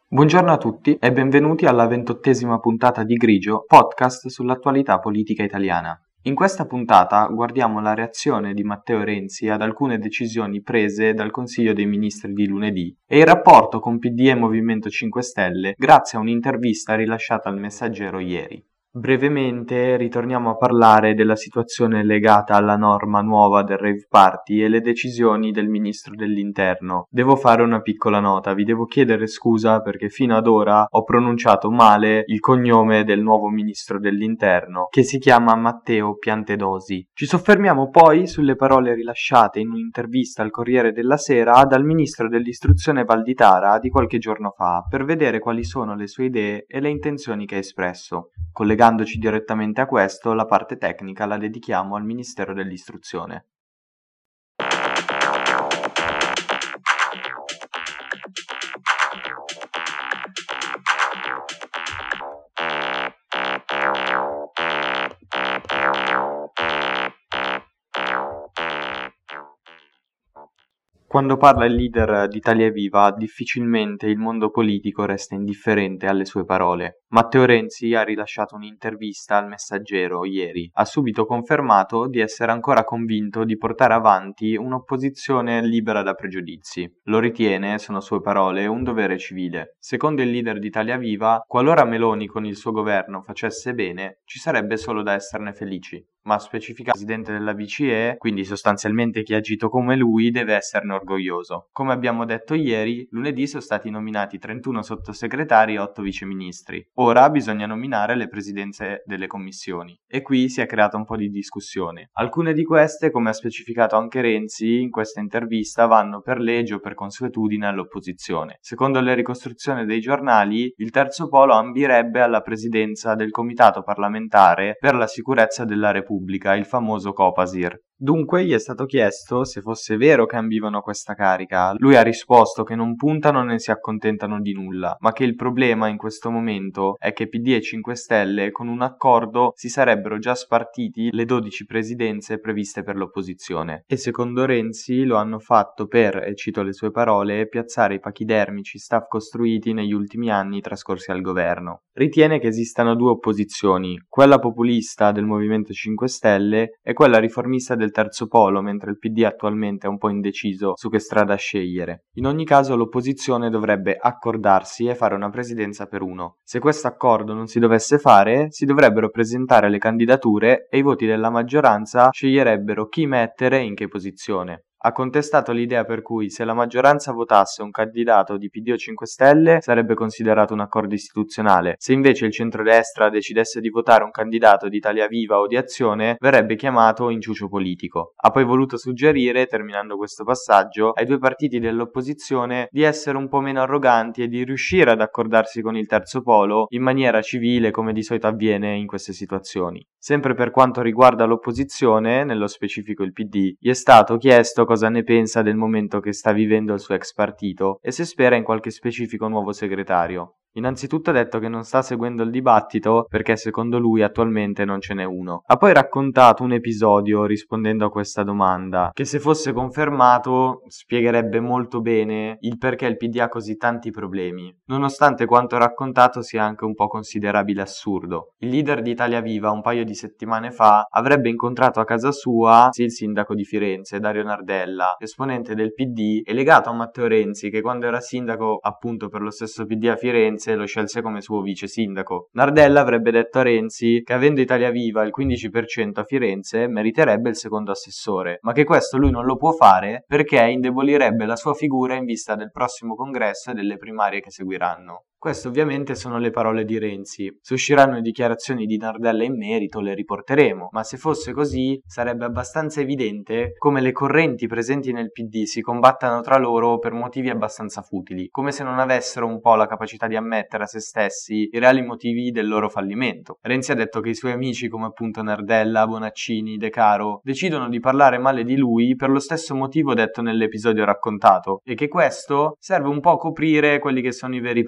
Buongiorno a tutti e benvenuti alla 28ª puntata di Grigio, podcast sull'attualità politica italiana. In questa puntata guardiamo la reazione di Matteo Renzi ad alcune decisioni prese dal Consiglio dei Ministri di lunedì e il rapporto con PD e Movimento 5 Stelle grazie a un'intervista rilasciata al Messaggero ieri. Brevemente ritorniamo a parlare della situazione legata alla norma nuova del Rave Party e le decisioni del Ministro dell'Interno. Devo fare una piccola nota, vi devo chiedere scusa perché fino ad ora ho pronunciato male il cognome del nuovo Ministro dell'Interno, che si chiama Matteo Piantedosi. Ci soffermiamo poi sulle parole rilasciate in un'intervista al Corriere della Sera dal Ministro dell'Istruzione Valditara di qualche giorno fa, per vedere quali sono le sue idee e le intenzioni che ha espresso. Collegandoci direttamente a questo, la parte tecnica la dedichiamo al Ministero dell'Istruzione. Quando parla il leader di Italia Viva, difficilmente il mondo politico resta indifferente alle sue parole. Matteo Renzi ha rilasciato un'intervista al Messaggero ieri. Ha subito confermato di essere ancora convinto di portare avanti un'opposizione libera da pregiudizi. Lo ritiene, sono sue parole, un dovere civile. Secondo il leader di Italia Viva, qualora Meloni con il suo governo facesse bene, ci sarebbe solo da esserne felici. Ma ha specificato il presidente della BCE, quindi sostanzialmente chi ha agito come lui deve esserne orgoglioso. Come abbiamo detto ieri, lunedì sono stati nominati 31 sottosegretari e 8 viceministri. Ora bisogna nominare le presidenze delle commissioni. E qui si è creata un po' di discussione. Alcune di queste, come ha specificato anche Renzi in questa intervista, vanno per legge o per consuetudine all'opposizione. Secondo le ricostruzioni dei giornali, il terzo polo ambirebbe alla presidenza del Comitato parlamentare per la sicurezza della Repubblica, il famoso Copasir. Dunque gli è stato chiesto se fosse vero che ambivano a questa carica. Lui ha risposto che non puntano né si accontentano di nulla, ma che il problema in questo momento è che PD e 5 Stelle con un accordo si sarebbero già spartiti le 12 presidenze previste per l'opposizione. E secondo Renzi lo hanno fatto per, e cito le sue parole, piazzare i pachidermici staff costruiti negli ultimi anni trascorsi al governo. Ritiene che esistano due opposizioni, quella populista del Movimento 5 Stelle e quella riformista del terzo polo, mentre il PD attualmente è un po' indeciso su che strada scegliere. In ogni caso l'opposizione dovrebbe accordarsi e fare una presidenza per uno. Se questo accordo non si dovesse fare, si dovrebbero presentare le candidature e i voti della maggioranza sceglierebbero chi mettere in che posizione. Ha contestato l'idea per cui se la maggioranza votasse un candidato di PD o 5 Stelle sarebbe considerato un accordo istituzionale, se invece il centrodestra decidesse di votare un candidato di Italia Viva o di Azione verrebbe chiamato inciucio politico. Ha poi voluto suggerire, terminando questo passaggio, ai due partiti dell'opposizione di essere un po' meno arroganti e di riuscire ad accordarsi con il terzo polo in maniera civile come di solito avviene in queste situazioni. Sempre per quanto riguarda l'opposizione, nello specifico il PD, gli è stato chiesto cosa ne pensa del momento che sta vivendo il suo ex partito e se spera in qualche specifico nuovo segretario. Innanzitutto ha detto che non sta seguendo il dibattito perché secondo lui attualmente non ce n'è uno. Ha poi raccontato un episodio rispondendo a questa domanda che se fosse confermato spiegherebbe molto bene il perché il PD ha così tanti problemi, nonostante quanto raccontato sia anche un po' considerabile assurdo. Il leader di Italia Viva un paio di settimane fa avrebbe incontrato a casa sua il sindaco di Firenze, Dario Nardella, esponente del PD e legato a Matteo Renzi che quando era sindaco appunto per lo stesso PD a Firenze lo scelse come suo vice sindaco. Nardella avrebbe detto a Renzi che avendo Italia Viva il 15% a Firenze meriterebbe il secondo assessore, ma che questo lui non lo può fare perché indebolirebbe la sua figura in vista del prossimo congresso e delle primarie che seguiranno. Queste ovviamente sono le parole di Renzi. Se usciranno dichiarazioni di Nardella in merito le riporteremo, ma se fosse così sarebbe abbastanza evidente come le correnti presenti nel PD si combattano tra loro per motivi abbastanza futili, come se non avessero un po' la capacità di ammettere a se stessi i reali motivi del loro fallimento. Renzi ha detto che i suoi amici come appunto Nardella, Bonaccini, De Caro decidono di parlare male di lui per lo stesso motivo detto nell'episodio raccontato e che questo serve un po' a coprire quelli che sono i veri problemi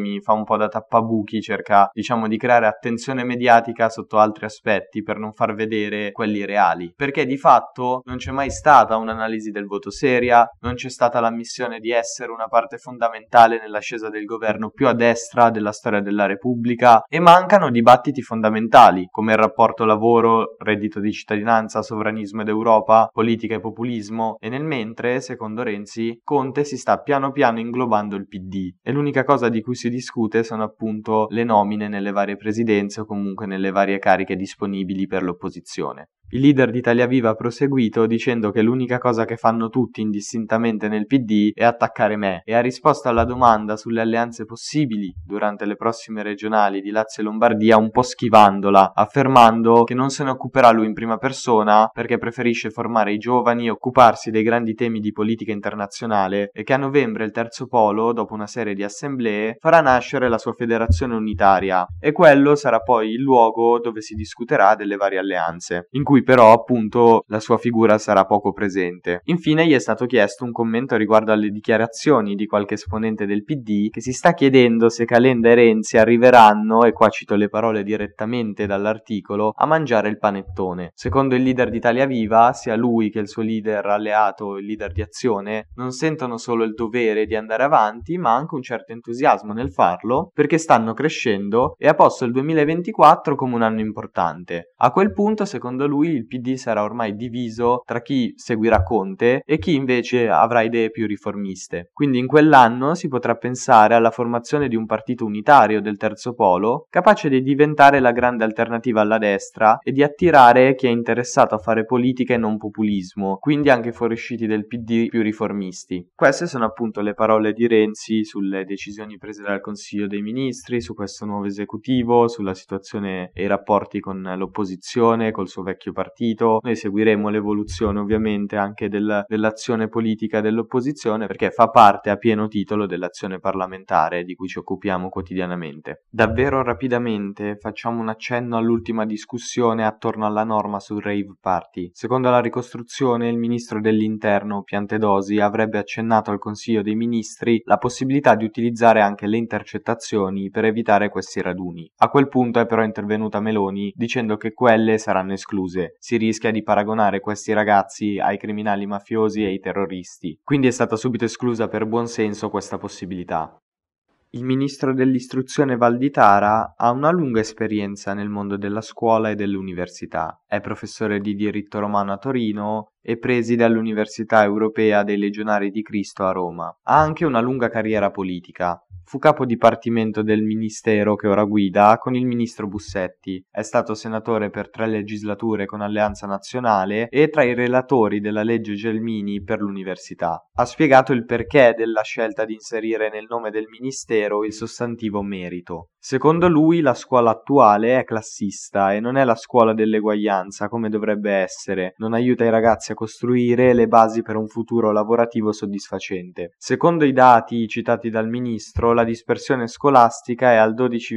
elezioni fa un po' da tappabuchi, cerca, diciamo, di creare attenzione mediatica sotto altri aspetti per non far vedere quelli reali, perché di fatto non c'è mai stata un'analisi del voto seria, non c'è stata l'ammissione di essere una parte fondamentale nell'ascesa del governo più a destra della storia della Repubblica, e mancano dibattiti fondamentali come il rapporto lavoro, reddito di cittadinanza, sovranismo ed Europa, politica e populismo. E nel mentre, secondo Renzi, Conte si sta piano piano inglobando il PD e l'unica cosa di cui si discute sono appunto le nomine nelle varie presidenze o comunque nelle varie cariche disponibili per l'opposizione. Il leader di Italia Viva ha proseguito dicendo che l'unica cosa che fanno tutti indistintamente nel PD è attaccare me, e ha risposto alla domanda sulle alleanze possibili durante le prossime regionali di Lazio e Lombardia un po' schivandola, affermando che non se ne occuperà lui in prima persona perché preferisce formare i giovani e occuparsi dei grandi temi di politica internazionale, e che a novembre il Terzo Polo, dopo una serie di assemblee, farà nascere la sua federazione unitaria, e quello sarà poi il luogo dove si discuterà delle varie alleanze, in cui però appunto la sua figura sarà poco presente. Infine gli è stato chiesto un commento riguardo alle dichiarazioni di qualche esponente del PD che si sta chiedendo se Calenda e Renzi arriveranno, e qua cito le parole direttamente dall'articolo, a mangiare il panettone. Secondo il leader di Italia Viva, sia lui che il suo leader alleato, il leader di Azione, non sentono solo il dovere di andare avanti, ma anche un certo entusiasmo nel farlo, perché stanno crescendo e ha posto il 2024 come un anno importante. A quel punto, secondo lui, il PD sarà ormai diviso tra chi seguirà Conte e chi invece avrà idee più riformiste. Quindi in quell'anno si potrà pensare alla formazione di un partito unitario del Terzo Polo, capace di diventare la grande alternativa alla destra e di attirare chi è interessato a fare politica e non populismo, quindi anche fuoriusciti del PD più riformisti. Queste sono appunto le parole di Renzi sulle decisioni prese dal Consiglio dei Ministri, su questo nuovo esecutivo, sulla situazione e i rapporti con l'opposizione, col suo vecchio partito. Noi seguiremo l'evoluzione ovviamente anche dell'azione politica dell'opposizione, perché fa parte a pieno titolo dell'azione parlamentare di cui ci occupiamo quotidianamente. Davvero rapidamente facciamo un accenno all'ultima discussione attorno alla norma sul rave party. Secondo la ricostruzione, il ministro dell'interno Piantedosi avrebbe accennato al Consiglio dei Ministri la possibilità di utilizzare anche le intercettazioni per evitare questi raduni. A quel punto è però intervenuta Meloni dicendo che quelle saranno escluse. Si rischia di paragonare questi ragazzi ai criminali mafiosi e ai terroristi. Quindi è stata subito esclusa per buon senso questa possibilità. Il ministro dell'istruzione Valditara ha una lunga esperienza nel mondo della scuola e dell'università. È professore di diritto romano a Torino e preside all'Università Europea dei Legionari di Cristo a Roma. Ha anche una lunga carriera politica. Fu capo dipartimento del ministero che ora guida con il ministro Bussetti. È stato senatore per 3 legislature con Alleanza Nazionale e tra i relatori della legge Gelmini per l'università. Ha spiegato il perché della scelta di inserire nel nome del ministero il sostantivo merito. Secondo lui la scuola attuale è classista e non è la scuola dell'eguaglianza come dovrebbe essere, non aiuta i ragazzi a costruire le basi per un futuro lavorativo soddisfacente. Secondo i dati citati dal ministro, la dispersione scolastica è al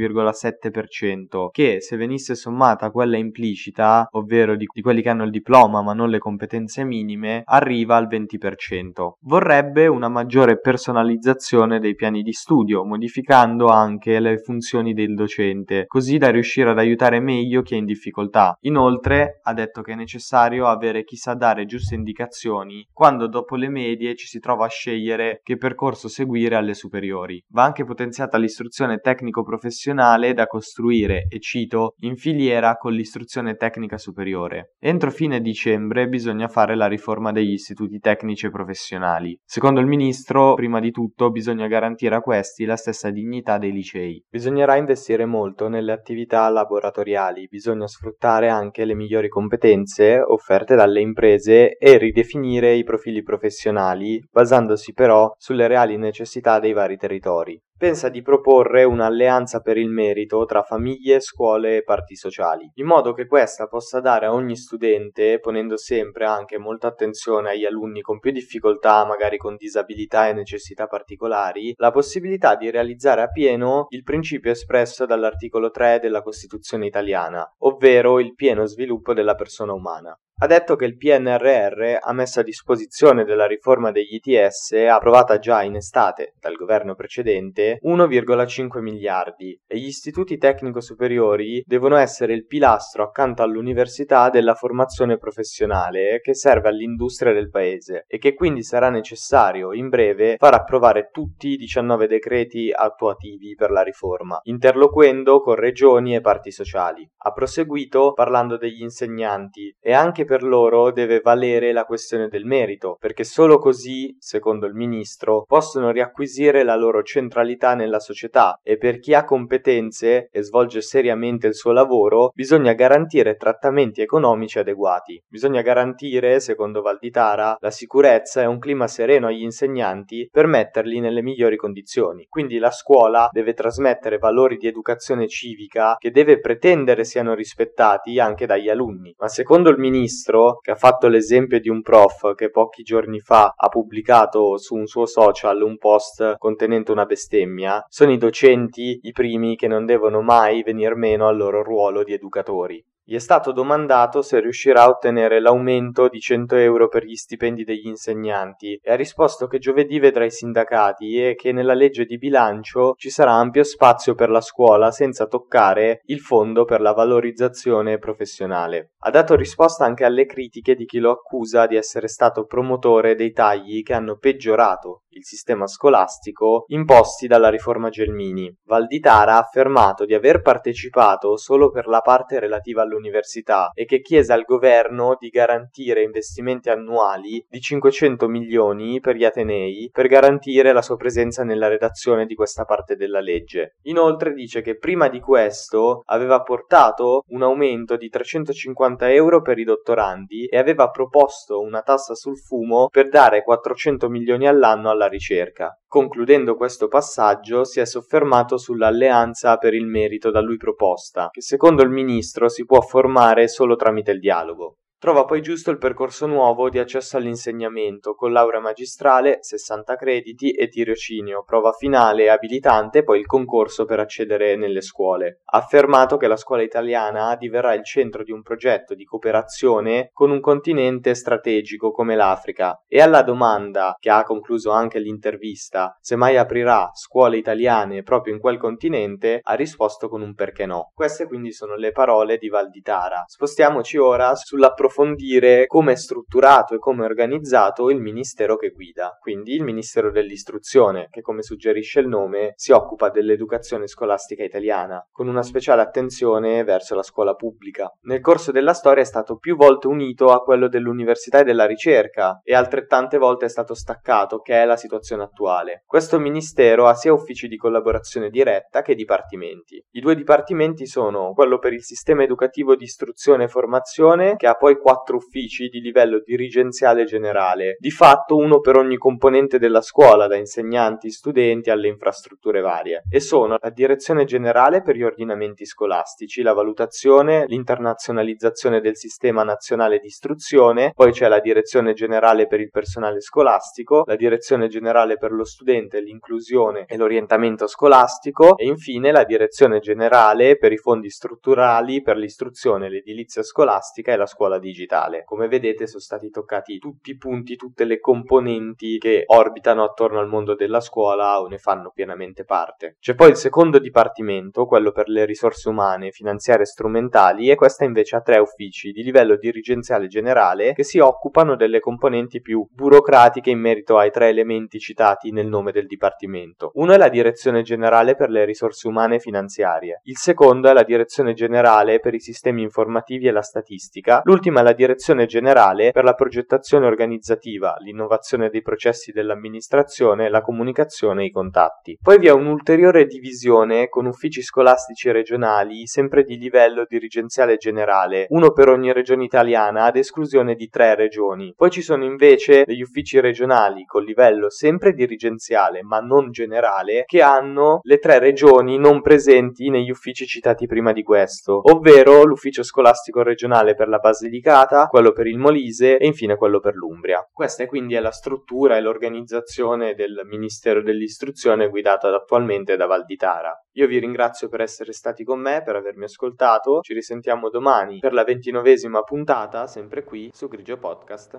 12,7%, che se venisse sommata a quella implicita, ovvero di quelli che hanno il diploma ma non le competenze minime, arriva al 20%. Vorrebbe una maggiore personalizzazione dei piani di studio, modificando anche le funzioni del docente, così da riuscire ad aiutare meglio chi è in difficoltà. Inoltre, ha detto che è necessario avere chi sa dare giuste indicazioni quando dopo le medie ci si trova a scegliere che percorso seguire alle superiori. Va anche potenziata l'istruzione tecnico-professionale da costruire, e cito, in filiera con l'istruzione tecnica superiore. Entro fine dicembre bisogna fare la riforma degli istituti tecnici e professionali. Secondo il ministro, prima di tutto bisogna garantire a questi la stessa dignità dei licei. Bisognerà investire molto nelle attività laboratoriali, bisogna sfruttare anche le migliori competenze offerte dalle imprese e ridefinire i profili professionali, basandosi però sulle reali necessità dei vari territori. Pensa di proporre un'alleanza per il merito tra famiglie, scuole e parti sociali, in modo che questa possa dare a ogni studente, ponendo sempre anche molta attenzione agli alunni con più difficoltà, magari con disabilità e necessità particolari, la possibilità di realizzare a pieno il principio espresso dall'articolo 3 della Costituzione italiana, ovvero il pieno sviluppo della persona umana. Ha detto che il PNRR ha messo a disposizione della riforma degli ITS, approvata già in estate dal governo precedente, 1,5 miliardi e gli istituti tecnico superiori devono essere il pilastro accanto all'università della formazione professionale che serve all'industria del paese e che quindi sarà necessario in breve far approvare tutti i 19 decreti attuativi per la riforma, interloquendo con regioni e parti sociali. Ha proseguito parlando degli insegnanti e anche per loro deve valere la questione del merito, perché solo così, secondo il ministro, possono riacquisire la loro centralità nella società e per chi ha competenze e svolge seriamente il suo lavoro bisogna garantire trattamenti economici adeguati. Bisogna garantire, secondo Valditara, la sicurezza e un clima sereno agli insegnanti per metterli nelle migliori condizioni. Quindi la scuola deve trasmettere valori di educazione civica che deve pretendere siano rispettati anche dagli alunni. Ma secondo il ministro, che ha fatto l'esempio di un prof che pochi giorni fa ha pubblicato su un suo social un post contenente una bestemmia, sono i docenti i primi che non devono mai venir meno al loro ruolo di educatori. Gli è stato domandato se riuscirà a ottenere l'aumento di 100 euro per gli stipendi degli insegnanti e ha risposto che giovedì vedrà i sindacati e che nella legge di bilancio ci sarà ampio spazio per la scuola senza toccare il fondo per la valorizzazione professionale. Ha dato risposta anche alle critiche di chi lo accusa di essere stato promotore dei tagli che hanno peggiorato il sistema scolastico imposti dalla riforma Gelmini. Valditara ha affermato di aver partecipato solo per la parte relativa all'università e che chiese al governo di garantire investimenti annuali di 500 milioni per gli atenei per garantire la sua presenza nella redazione di questa parte della legge. Inoltre dice che prima di questo aveva portato un aumento di 350 euro per i dottorandi e aveva proposto una tassa sul fumo per dare 400 milioni all'anno alla ricerca. Concludendo questo passaggio si è soffermato sull'alleanza per il merito da lui proposta, che secondo il ministro si può formare solo tramite il dialogo. Trova poi giusto il percorso nuovo di accesso all'insegnamento con laurea magistrale, 60 crediti e tirocinio, prova finale e abilitante, poi il concorso per accedere nelle scuole. Ha affermato che la scuola italiana diverrà il centro di un progetto di cooperazione con un continente strategico come l'Africa e alla domanda, che ha concluso anche l'intervista, se mai aprirà scuole italiane proprio in quel continente, ha risposto con un perché no. Queste quindi sono le parole di Valditara. Spostiamoci ora sull'approfondimento come è strutturato e come è organizzato il ministero che guida, quindi il Ministero dell'Istruzione, che come suggerisce il nome si occupa dell'educazione scolastica italiana, con una speciale attenzione verso la scuola pubblica. Nel corso della storia è stato più volte unito a quello dell'università e della ricerca e altrettante volte è stato staccato, che è la situazione attuale. Questo ministero ha sia uffici di collaborazione diretta che dipartimenti. I due dipartimenti sono quello per il sistema educativo di istruzione e formazione, che ha poi 4 uffici di livello dirigenziale generale, di fatto uno per ogni componente della scuola, da insegnanti, studenti alle infrastrutture varie, e sono la direzione generale per gli ordinamenti scolastici, la valutazione, l'internazionalizzazione del sistema nazionale di istruzione, poi c'è la direzione generale per il personale scolastico, la direzione generale per lo studente, l'inclusione e l'orientamento scolastico e infine la direzione generale per i fondi strutturali per l'istruzione, l'edilizia scolastica e la scuola digitale. Come vedete sono stati toccati tutti i punti, tutte le componenti che orbitano attorno al mondo della scuola o ne fanno pienamente parte. C'è poi il secondo dipartimento, quello per le risorse umane, finanziarie e strumentali, e questa invece ha 3 uffici di livello dirigenziale generale che si occupano delle componenti più burocratiche in merito ai 3 elementi citati nel nome del dipartimento. Uno è la direzione generale per le risorse umane e finanziarie, il secondo è la direzione generale per i sistemi informativi e la statistica, l'ultima è la direzione generale per la progettazione organizzativa, l'innovazione dei processi dell'amministrazione, la comunicazione e i contatti. Poi vi è un'ulteriore divisione con uffici scolastici regionali, sempre di livello dirigenziale generale, uno per ogni regione italiana ad esclusione di 3 regioni. Poi ci sono invece degli uffici regionali con livello sempre dirigenziale ma non generale, che hanno le 3 regioni non presenti negli uffici citati prima di questo, ovvero l'ufficio scolastico regionale per la Basilicata Basilicata, quello per il Molise e infine quello per l'Umbria. Questa quindi è la struttura e l'organizzazione del Ministero dell'Istruzione guidata attualmente da Valditara. Io vi ringrazio per essere stati con me, per avermi ascoltato. Ci risentiamo domani per la 29ª puntata, sempre qui su Grigio Podcast.